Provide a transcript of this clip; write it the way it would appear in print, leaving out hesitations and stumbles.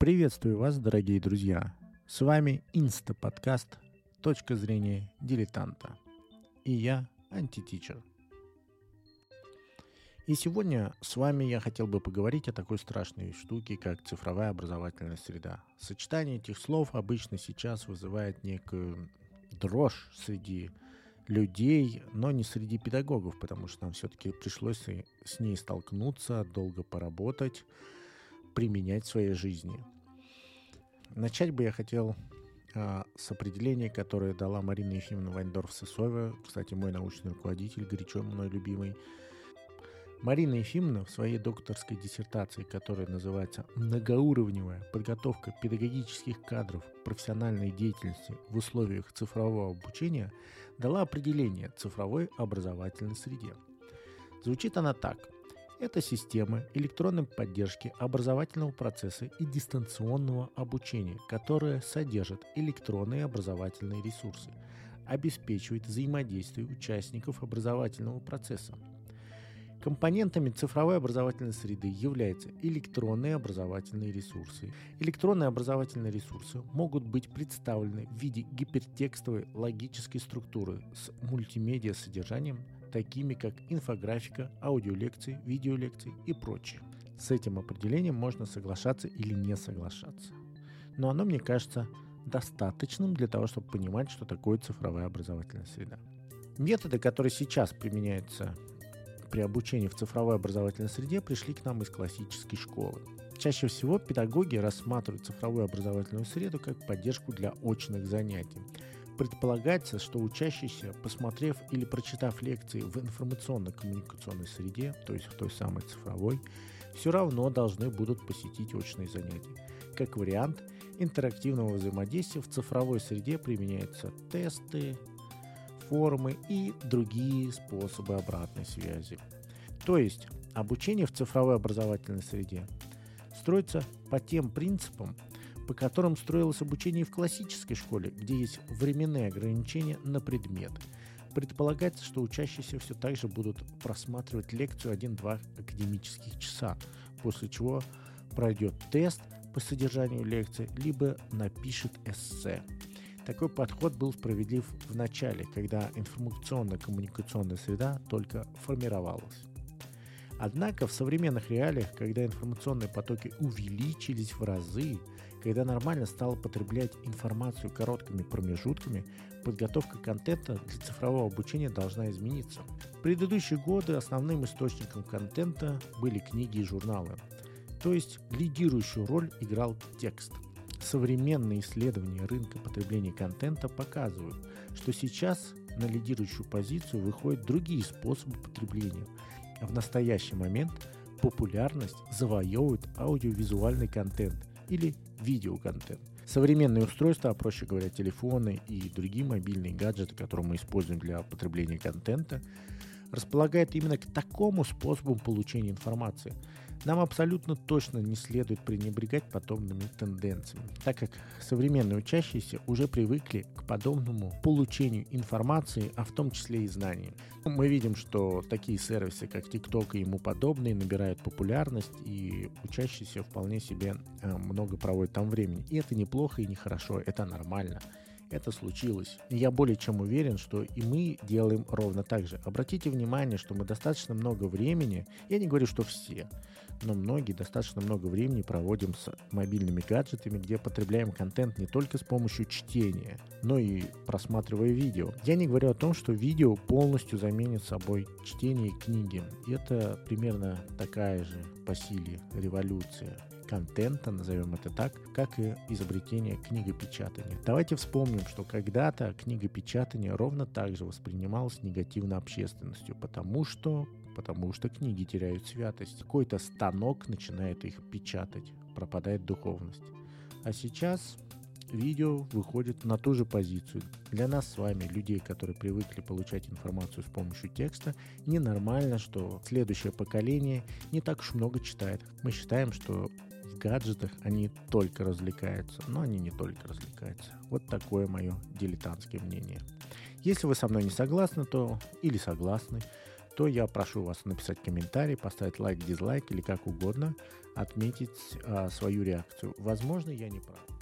Приветствую вас, дорогие друзья! С вами Инста-подкаст «Точка зрения дилетанта». И я, антитичер. И сегодня с вами я хотел бы поговорить о такой страшной штуке, как цифровая образовательная среда. Сочетание этих слов обычно сейчас вызывает некую дрожь среди людей, но не среди педагогов, потому что нам все-таки пришлось с ней столкнуться, долго поработать, применять в своей жизни. Начать бы я хотел с определения, которое дала Марина Ефимовна Вайндорф-Сысоева, кстати, мой научный руководитель, горячо мной любимый. Марина Ефимовна в своей докторской диссертации, которая называется «Многоуровневая подготовка педагогических кадров к профессиональной деятельности в условиях цифрового обучения», дала определение цифровой образовательной среде. Звучит она так. Это система электронной поддержки образовательного процесса и дистанционного обучения, которая содержит электронные образовательные ресурсы, обеспечивает взаимодействие участников образовательного процесса. Компонентами цифровой образовательной среды являются электронные образовательные ресурсы. Электронные образовательные ресурсы могут быть представлены в виде гипертекстовой логической структуры с мультимедиа-содержанием, такими как инфографика, аудиолекции, видеолекции и прочее. С этим определением можно соглашаться или не соглашаться. Но оно, мне кажется, достаточным для того, чтобы понимать, что такое цифровая образовательная среда. Методы, которые сейчас применяются при обучении в цифровой образовательной среде, пришли к нам из классической школы. Чаще всего педагоги рассматривают цифровую образовательную среду как поддержку для очных занятий. Предполагается, что учащиеся, посмотрев или прочитав лекции в информационно-коммуникационной среде, то есть в той самой цифровой, все равно должны будут посетить очные занятия. Как вариант интерактивного взаимодействия в цифровой среде применяются тесты, форумы и другие способы обратной связи. То есть обучение в цифровой образовательной среде строится по тем принципам, по которым строилось обучение в классической школе, где есть временные ограничения на предмет. Предполагается, что учащиеся все так же будут просматривать лекцию 1-2 академических часа, после чего пройдет тест по содержанию лекции, либо напишет эссе. Такой подход был справедлив в начале, когда информационно-коммуникационная среда только формировалась. Однако в современных реалиях, когда информационные потоки увеличились в разы, когда нормально стало потреблять информацию короткими промежутками, подготовка контента для цифрового обучения должна измениться. В предыдущие годы основным источником контента были книги и журналы, то есть лидирующую роль играл текст. Современные исследования рынка потребления контента показывают, что сейчас на лидирующую позицию выходят другие способы потребления. В настоящий момент популярность завоевывает аудиовизуальный контент или видеоконтент. Современные устройства, а проще говоря, телефоны и другие мобильные гаджеты, которые мы используем для потребления контента, располагают именно к такому способу получения информации. Нам абсолютно точно не следует пренебрегать подобными тенденциями, так как современные учащиеся уже привыкли к подобному получению информации, а в том числе и знаний. Мы видим, что такие сервисы, как TikTok и ему подобные, набирают популярность, и учащиеся вполне себе много проводят там времени. И это неплохо и не хорошо, это нормально. Это случилось. И я более чем уверен, что и мы делаем ровно так же. Обратите внимание, что мы достаточно много времени, я не говорю, что все, но многие достаточно много времени проводим с мобильными гаджетами, где потребляем контент не только с помощью чтения, но и просматривая видео. Я не говорю о том, что видео полностью заменит собой чтение и книги. Это примерно такая же по силе революция контента, назовем это так, как и изобретение книгопечатания. Давайте вспомним, что когда-то книгопечатание ровно так же воспринималось негативно общественностью, потому что книги теряют святость. Какой-то станок начинает их печатать, пропадает духовность. А сейчас видео выходит на ту же позицию. Для нас с вами, людей, которые привыкли получать информацию с помощью текста, ненормально, что следующее поколение не так уж много читает. Мы считаем, что в гаджетах они только развлекаются, но они не только развлекаются. Вот такое мое дилетантское мнение. Если вы со мной не согласны, или согласны, то я прошу вас написать комментарий, поставить лайк, дизлайк или как угодно, отметить свою реакцию. Возможно, я не прав.